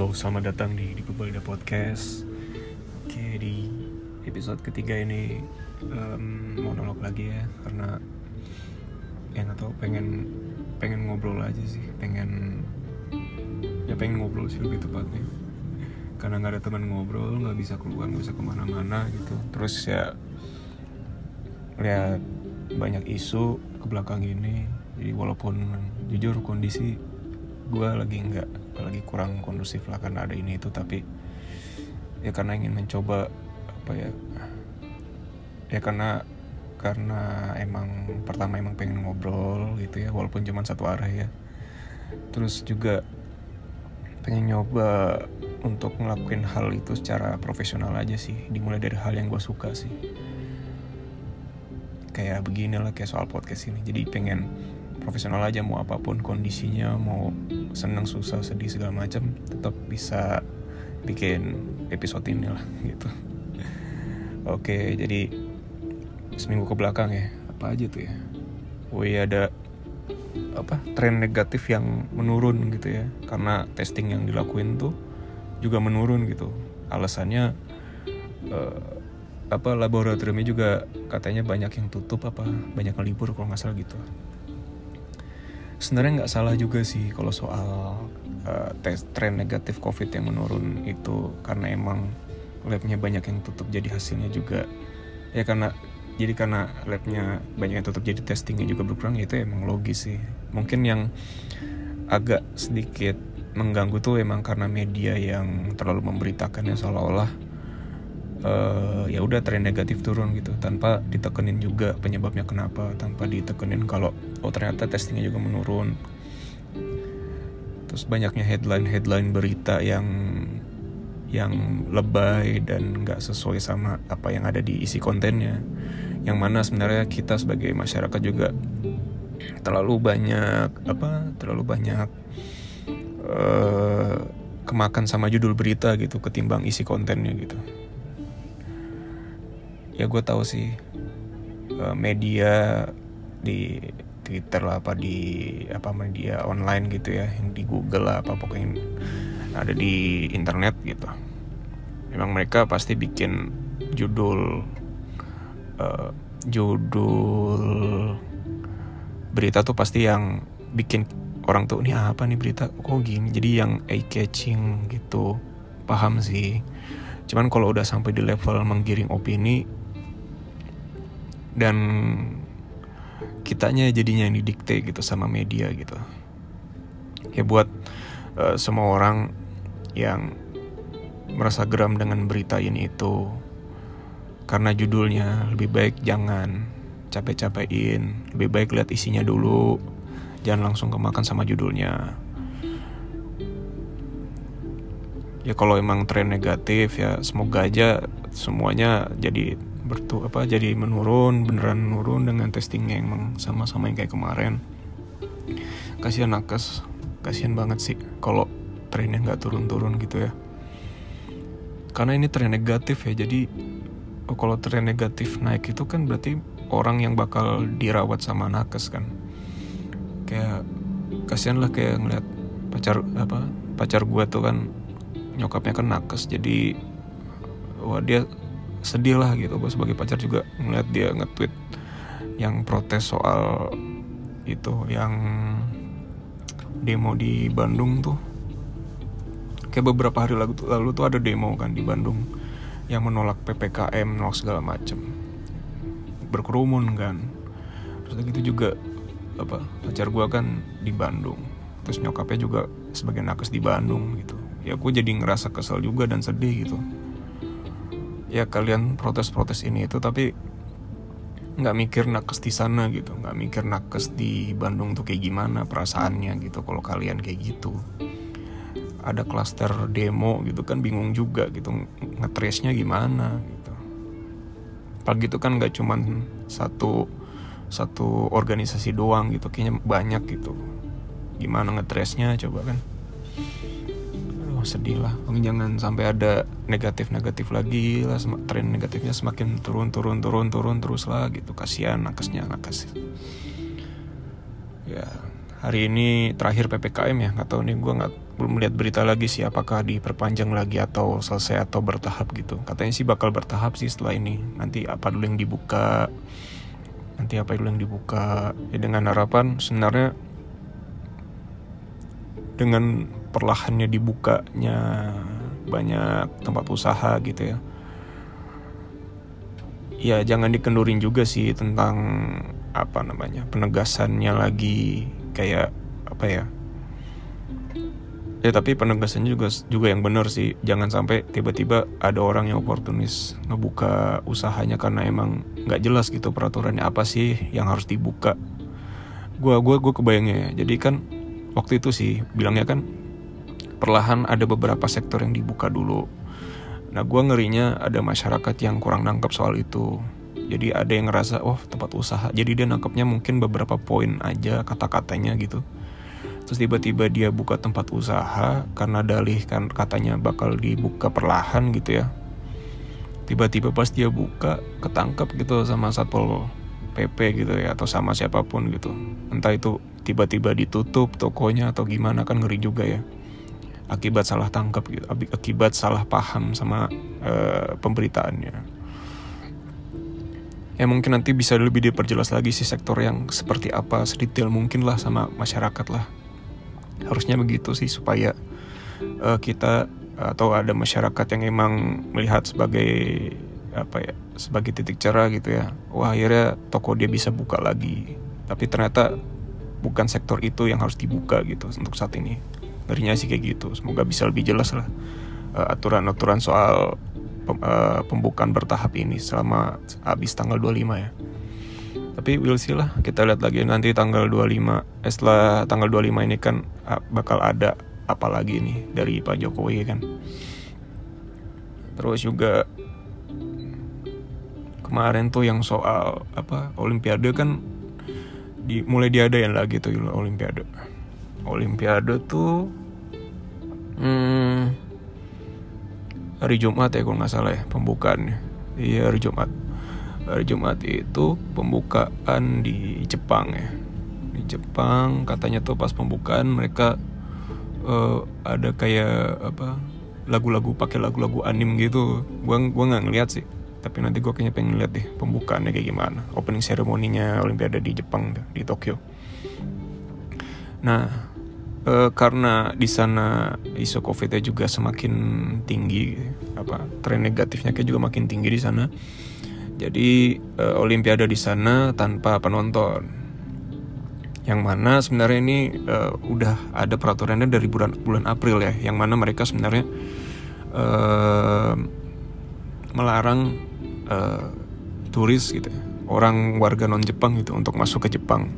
Halo, selamat datang di Kubalda Podcast. Oke, di episode ketiga ini monolog lagi ya, karena nggak tahu, pengen ngobrol aja sih, pengen ngobrol sih lebih tepatnya, karena nggak ada teman ngobrol, nggak bisa keluar, nggak bisa kemana-mana gitu. Terus ya lihat banyak isu ke belakang ini, jadi walaupun jujur kondisi gue lagi kurang kondusif lah karena ada ini itu, tapi ya karena ingin mencoba karena emang pertama pengen ngobrol gitu ya, walaupun cuma satu arah ya. Terus juga pengen nyoba untuk ngelakuin hal itu secara profesional aja sih, dimulai dari hal yang gue suka sih, kayak beginilah, kayak soal podcast ini. Jadi pengen profesional aja, mau apapun kondisinya, mau senang, susah, sedih, segala macam, tetap bisa bikin episode ini lah gitu. Oke, jadi seminggu ke belakang ya, apa aja tuh ya? Ada tren negatif yang menurun gitu ya, karena testing yang dilakuin tuh juga menurun gitu. Alasannya laboratoriumnya juga katanya banyak yang tutup, banyak yang libur kalau nggak salah gitu. Sebenarnya nggak salah juga sih kalau soal tren negatif COVID yang menurun itu, karena emang labnya banyak yang tutup, jadi hasilnya juga ya karena labnya banyak yang tutup, jadi testingnya juga berkurang. Ya itu emang logis sih. Mungkin yang agak sedikit mengganggu tuh emang karena media yang terlalu memberitakannya seolah-olah ya udah tren negatif turun gitu, tanpa ditekenin juga penyebabnya kenapa, tanpa ditekenin kalau ternyata testingnya juga menurun. Terus banyaknya headline berita yang lebay dan nggak sesuai sama apa yang ada di isi kontennya, yang mana sebenarnya kita sebagai masyarakat juga terlalu banyak kemakan sama judul berita gitu ketimbang isi kontennya gitu. Ya gue tahu sih media di Twitter lah, media online gitu ya, yang di Google lah, pokoknya ada di internet gitu. Memang mereka pasti bikin judul berita tuh pasti yang bikin orang tuh, ini apa nih berita kok gini, jadi yang eye catching gitu. Paham sih. Cuman kalau udah sampai di level menggiring opini, dan kitanya jadinya yang didikte gitu sama media gitu. Ya buat semua orang yang merasa geram dengan berita ini itu karena judulnya, lebih baik jangan capek-capekin, lebih baik lihat isinya dulu, jangan langsung kemakan sama judulnya. Ya kalau emang tren negatif ya semoga aja semuanya jadi menurun, beneran menurun dengan testingnya emang sama-sama yang kayak kemarin. Kasihan nakes, kasihan banget sih kalau trennya nggak turun-turun gitu ya. Karena ini tren negatif ya, jadi kalau tren negatif naik itu kan berarti orang yang bakal dirawat sama nakes kan. Kayak kasihan lah, kayak ngeliat pacar gue tuh kan, nyokapnya kan nakes, jadi dia sedih lah gitu. Gue sebagai pacar juga ngeliat dia nge-tweet yang protes soal itu, yang demo di Bandung tuh. Kayak beberapa hari lalu tuh ada demo kan di Bandung yang menolak PPKM, menolak segala macem, berkerumun kan. Terus gitu juga pacar gue kan di Bandung, terus nyokapnya juga sebagai nakes di Bandung gitu. Ya gue jadi ngerasa kesel juga dan sedih gitu. Ya kalian protes ini itu, tapi nggak mikir nakes di sana gitu, nggak mikir nakes di Bandung tuh kayak gimana perasaannya gitu. Kalau kalian kayak gitu, ada klaster demo gitu kan, bingung juga gitu ngetrace-nya gimana gitu. Apalagi itu kan nggak cuman satu organisasi doang gitu, kayaknya banyak gitu. Gimana ngetrace-nya coba kan. Sedih lah. Jangan sampai ada negatif lagi lah, tren negatifnya semakin turun terus lah gitu. Kasihan nakes. Ya hari ini terakhir PPKM ya, nggak tahu nih, gue belum lihat berita lagi sih apakah diperpanjang lagi atau selesai atau bertahap gitu. Katanya sih bakal bertahap sih setelah ini. Nanti apa dulu yang dibuka, ya, dengan harapan sebenarnya dengan perlahannya dibukanya banyak tempat usaha gitu ya. Ya jangan dikendurin juga sih tentang penegasannya lagi, kayak apa ya. Ya tapi penegasannya juga yang benar sih. Jangan sampai tiba-tiba ada orang yang oportunis ngebuka usahanya karena emang nggak jelas gitu peraturannya apa sih yang harus dibuka. Gue kebayangnya ya. Jadi kan waktu itu sih bilangnya kan perlahan ada beberapa sektor yang dibuka dulu. Nah gue ngerinya ada masyarakat yang kurang nangkep soal itu. Jadi ada yang ngerasa tempat usaha, jadi dia nangkepnya mungkin beberapa poin aja kata-katanya gitu. Terus tiba-tiba dia buka tempat usaha karena dalih kan katanya bakal dibuka perlahan gitu ya. Tiba-tiba pas dia buka ketangkep gitu sama Satpol PP gitu ya, atau sama siapapun gitu. Entah itu tiba-tiba ditutup tokonya atau gimana, kan ngeri juga ya. Akibat salah tangkap gitu, akibat salah paham sama pemberitaannya. Ya mungkin nanti bisa lebih diperjelas lagi sih sektor yang seperti apa, sedetail mungkin lah sama masyarakat lah. Harusnya begitu sih supaya kita atau ada masyarakat yang emang melihat sebagai sebagai titik cerah gitu ya. Wah akhirnya toko dia bisa buka lagi. Tapi ternyata bukan sektor itu yang harus dibuka gitu untuk saat ini. Ngerinya sih kayak gitu. Semoga bisa lebih jelas lah aturan-aturan soal pembukaan bertahap ini selama habis tanggal 25 ya. Tapi we'll see lah, kita lihat lagi nanti tanggal 25. Setelah tanggal 25 ini kan bakal ada apa lagi nih dari Pak Jokowi kan. Terus juga kemarin tuh yang soal Olimpiade kan mulai diadain lagi tuh Olimpiade. Olimpiade tuh hari Jumat ya kalau nggak salah ya pembukaannya. Iya hari Jumat. Hari Jumat itu pembukaan di Jepang ya. Di Jepang katanya tuh pas pembukaan mereka ada kayak lagu-lagu pakai lagu-lagu anime gitu. Gua nggak ngeliat sih. Tapi nanti gue kayaknya pengen lihat deh pembukaannya kayak gimana. Opening ceremony-nya Olimpiade di Jepang di Tokyo. Nah. Karena di sana isu COVID-nya juga semakin tinggi, tren negatifnya kayak juga makin tinggi di sana. Jadi Olimpiade di sana tanpa penonton. Yang mana sebenarnya ini udah ada peraturannya dari bulan April ya, yang mana mereka sebenarnya melarang turis gitu, orang warga non Jepang gitu untuk masuk ke Jepang.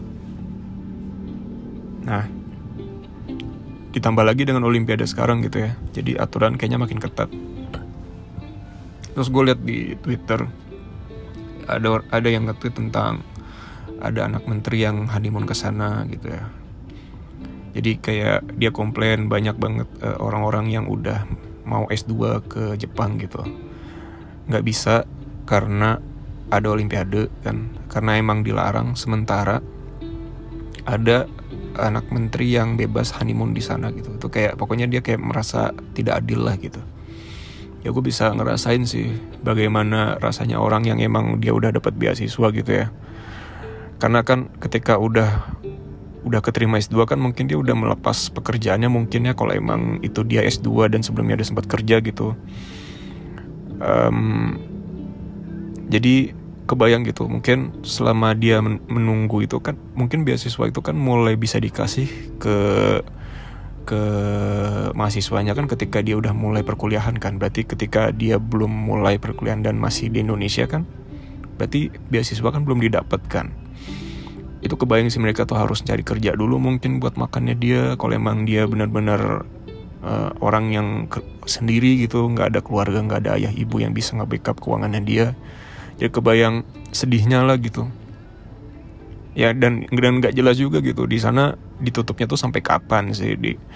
Nah. Ditambah lagi dengan Olimpiade sekarang gitu ya. Jadi aturan kayaknya makin ketat. Terus gue lihat di Twitter ada yang nge-tweet tentang ada anak menteri yang honeymoon ke sana gitu ya. Jadi kayak dia komplain banyak banget orang-orang yang udah mau S2 ke Jepang gitu. Nggak bisa karena ada Olimpiade kan. Karena emang dilarang, sementara ada anak menteri yang bebas honeymoon di sana gitu. Itu kayak pokoknya dia kayak merasa tidak adil lah gitu. Ya gue bisa ngerasain sih bagaimana rasanya orang yang emang dia udah dapat beasiswa gitu ya. Karena kan ketika udah keterima S2 kan mungkin dia udah melepas pekerjaannya mungkin ya, kalau emang itu dia S2 dan sebelumnya ada sempat kerja gitu. Jadi kebayang gitu, mungkin selama dia menunggu itu kan mungkin beasiswa itu kan mulai bisa dikasih ke mahasiswanya kan ketika dia udah mulai perkuliahan kan. Berarti ketika dia belum mulai perkuliahan dan masih di Indonesia kan, berarti beasiswa kan belum didapatkan. Itu kebayang sih mereka tuh harus cari kerja dulu mungkin buat makannya dia, kalau emang dia benar-benar orang yang sendiri gitu, nggak ada keluarga, nggak ada ayah ibu yang bisa nge-backup keuangannya dia. Jadi kebayang sedihnya lah gitu. Ya dan nggak jelas juga gitu di sana ditutupnya tuh sampai kapan sih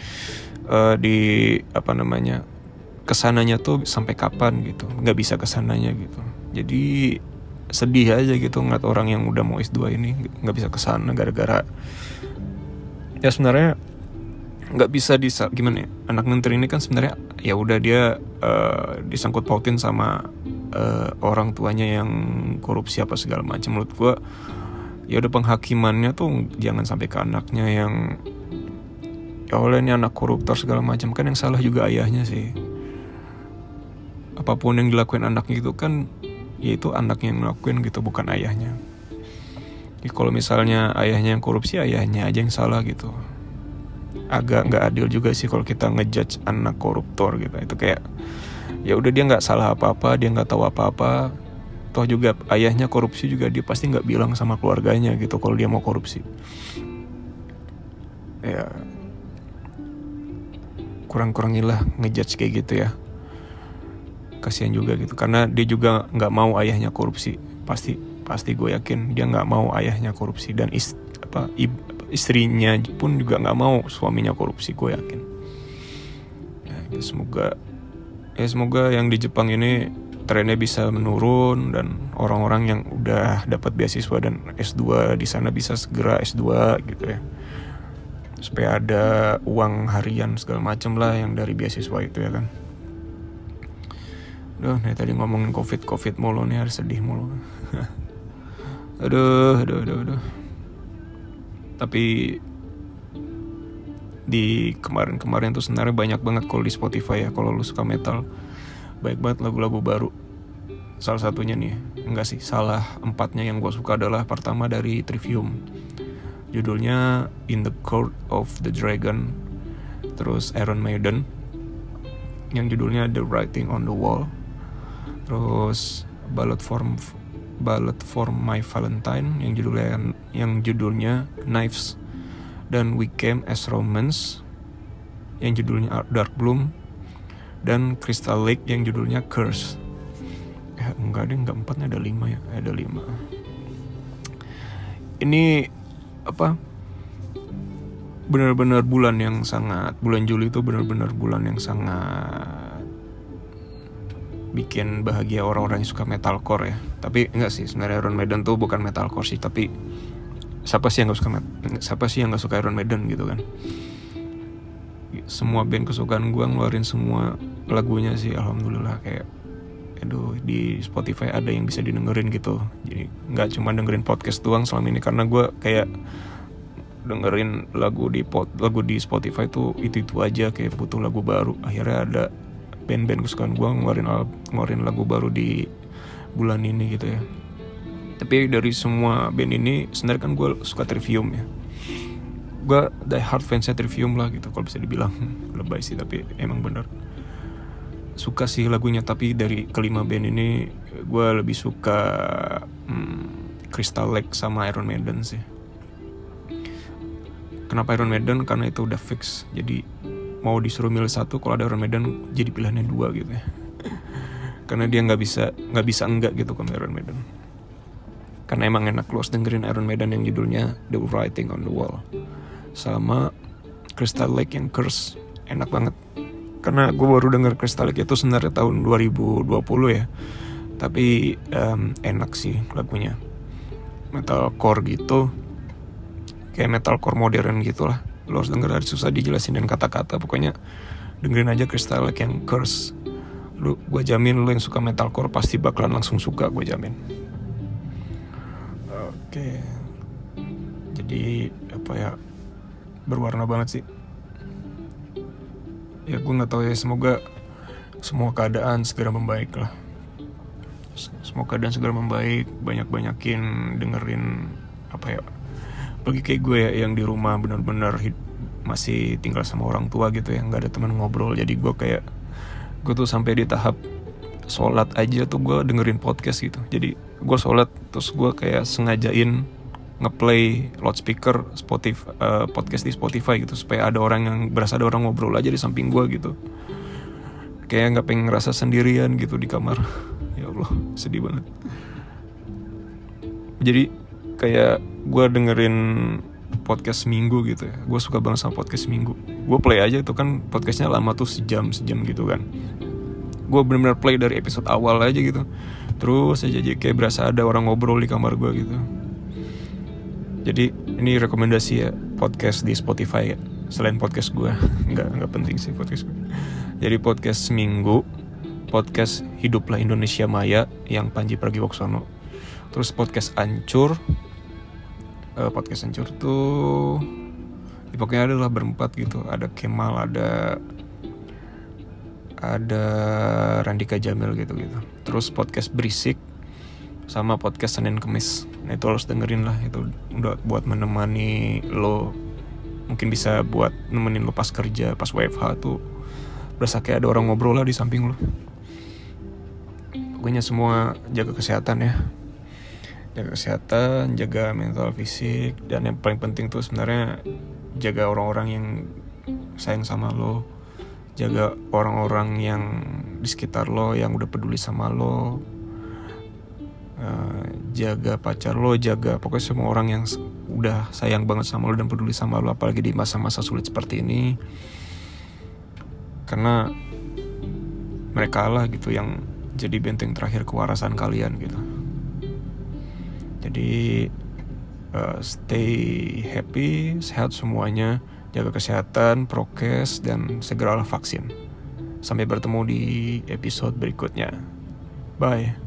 kesananya tuh sampai kapan gitu, nggak bisa kesananya gitu. Jadi sedih aja gitu ngeliat orang yang udah mau S2 ini nggak bisa kesana gara-gara ya sebenarnya nggak bisa gimana ya, anak menteri ini kan sebenarnya ya udah dia disangkut pautin sama orang tuanya yang korupsi apa segala macam. Menurut gue ya udah penghakimannya tuh jangan sampai ke anaknya yang ya oleh ini anak koruptor segala macam. Kan yang salah juga ayahnya sih. Apapun yang dilakuin anaknya itu kan ya itu anaknya yang ngelakuin gitu, bukan ayahnya. Ya, kalau misalnya ayahnya yang korupsi, ayahnya aja yang salah gitu. Agak nggak adil juga sih kalau kita ngejudge anak koruptor gitu. Itu kayak ya udah dia nggak salah apa-apa, dia nggak tahu apa-apa. Toh juga ayahnya korupsi juga, dia pasti nggak bilang sama keluarganya gitu kalau dia mau korupsi. Ya kurang-kurangilah ngejudge kayak gitu ya. Kasihan juga gitu, karena dia juga nggak mau ayahnya korupsi. Pasti gue yakin dia nggak mau ayahnya korupsi, dan istrinya pun juga nggak mau suaminya korupsi, gue yakin. Ya, semoga yang di Jepang ini trennya bisa menurun, dan orang-orang yang udah dapat beasiswa dan S2 di sana bisa segera S2 gitu ya, supaya ada uang harian segala macam lah yang dari beasiswa itu ya kan. Duh, nih tadi ngomongin covid mulu nih, harus sedih mulu. Aduh. Tapi di kemarin tuh sebenarnya banyak banget kalau di Spotify ya, kalau lu suka metal, baik banget lagu-lagu baru. Salah satunya nih, salah 4-nya yang gue suka adalah pertama dari Trivium, judulnya In the Court of the Dragon. Terus Iron Maiden yang judulnya The Writing on the Wall. Terus Ballad for My Valentine yang judulnya Knives. Dan We Came as Romance yang judulnya Dark Bloom. Dan Crystal Lake yang judulnya Curse. Enggak 4-nya, ada 5 ya. Ada 5. Ini benar-benar bulan Juli itu benar-benar bulan yang sangat bikin bahagia orang-orang yang suka metalcore ya. Tapi enggak sih, sebenarnya Iron Maiden tuh bukan metalcore sih, tapi siapa sih yang nggak suka Iron Maiden gitu kan. Semua band kesukaan gue ngeluarin semua lagunya sih, alhamdulillah. Kayak di Spotify ada yang bisa didengerin gitu. Jadi nggak cuma dengerin podcast doang selama ini, karena gue kayak dengerin lagu di Spotify tuh itu aja, kayak butuh lagu baru. Akhirnya ada band-band kesukaan gue ngeluarin lagu baru di bulan ini gitu ya. Tapi dari semua band ini sebenarnya kan gue suka Trivium ya. Gue die hard fansnya Trivium lah gitu, kalau bisa dibilang. Lebay sih, tapi emang bener suka sih lagunya. Tapi dari kelima band ini gue lebih suka Crystal Lake sama Iron Maiden sih. Kenapa Iron Maiden? Karena itu udah fix. Jadi mau disuruh milih satu, kalau ada Iron Maiden jadi pilihannya 2 gitu ya. Karena dia nggak bisa enggak gitu sama Iron Maiden. Karena emang enak lu harus dengerin Iron Maiden yang judulnya The Writing on the Wall sama Crystal Lake yang Curse. Enak banget. Karena gue baru denger Crystal Lake itu sebenarnya tahun 2020 ya. Tapi enak sih lagunya. Metalcore gitu, kayak metalcore modern gitu lah. Lo harus denger, harus susah dijelasin dan kata-kata. Pokoknya dengerin aja Crystal Lake yang Curse. Gue jamin lo yang suka metalcore pasti bakalan langsung suka, gue jamin. Oke. Jadi berwarna banget sih. Ya gue nggak tahu ya, semoga semua keadaan segera membaik lah. Semua keadaan segera membaik, banyakin dengerin bagi kayak gue ya, yang di rumah benar-benar masih tinggal sama orang tua gitu ya, nggak ada teman ngobrol. Jadi gue tuh sampai di tahap sholat aja tuh gue dengerin podcast gitu. Jadi gue sholat terus gue kayak sengajain ngeplay loudspeaker podcast di Spotify gitu, supaya ada orang ngobrol aja di samping gue gitu. Kayak nggak pengen ngerasa sendirian gitu di kamar. Ya Allah, sedih banget. Jadi kayak gue dengerin podcast Minggu gitu ya. Gue suka banget sama podcast Minggu. Gue play aja, itu kan podcastnya lama tuh sejam gitu kan. Gue bener-bener play dari episode awal aja gitu. Terus aja kayak berasa ada orang ngobrol di kamar gue gitu. Jadi ini rekomendasi ya, podcast di Spotify ya. selain podcast gue. Nggak penting sih podcast gue. Jadi podcast seminggu, podcast Hiduplah Indonesia Maya yang Panji Pragiwaksono. Terus podcast Ancur. Podcast Ancur tuh pokoknya adalah berempat gitu. Ada Kemal, ada Randika Jamil gitu. Terus podcast Berisik sama podcast Senin Kemis. Nah itu harus dengerin lah, itu udah buat menemani lo. Mungkin bisa buat nemenin lo pas kerja, pas WFH tuh berasa kayak ada orang ngobrol lah di samping lo. Pokoknya semua jaga kesehatan ya. Jaga kesehatan, jaga mental fisik, dan yang paling penting tuh sebenarnya jaga orang-orang yang sayang sama lo. Jaga orang-orang yang di sekitar lo yang udah peduli sama lo. Jaga pacar lo, jaga pokoknya semua orang yang udah sayang banget sama lo dan peduli sama lo, apalagi di masa-masa sulit seperti ini, karena mereka lah gitu yang jadi benteng terakhir kewarasan kalian gitu. Jadi stay happy, sehat semuanya, jaga kesehatan, prokes, dan segeralah vaksin. Sampai bertemu di episode berikutnya. Bye.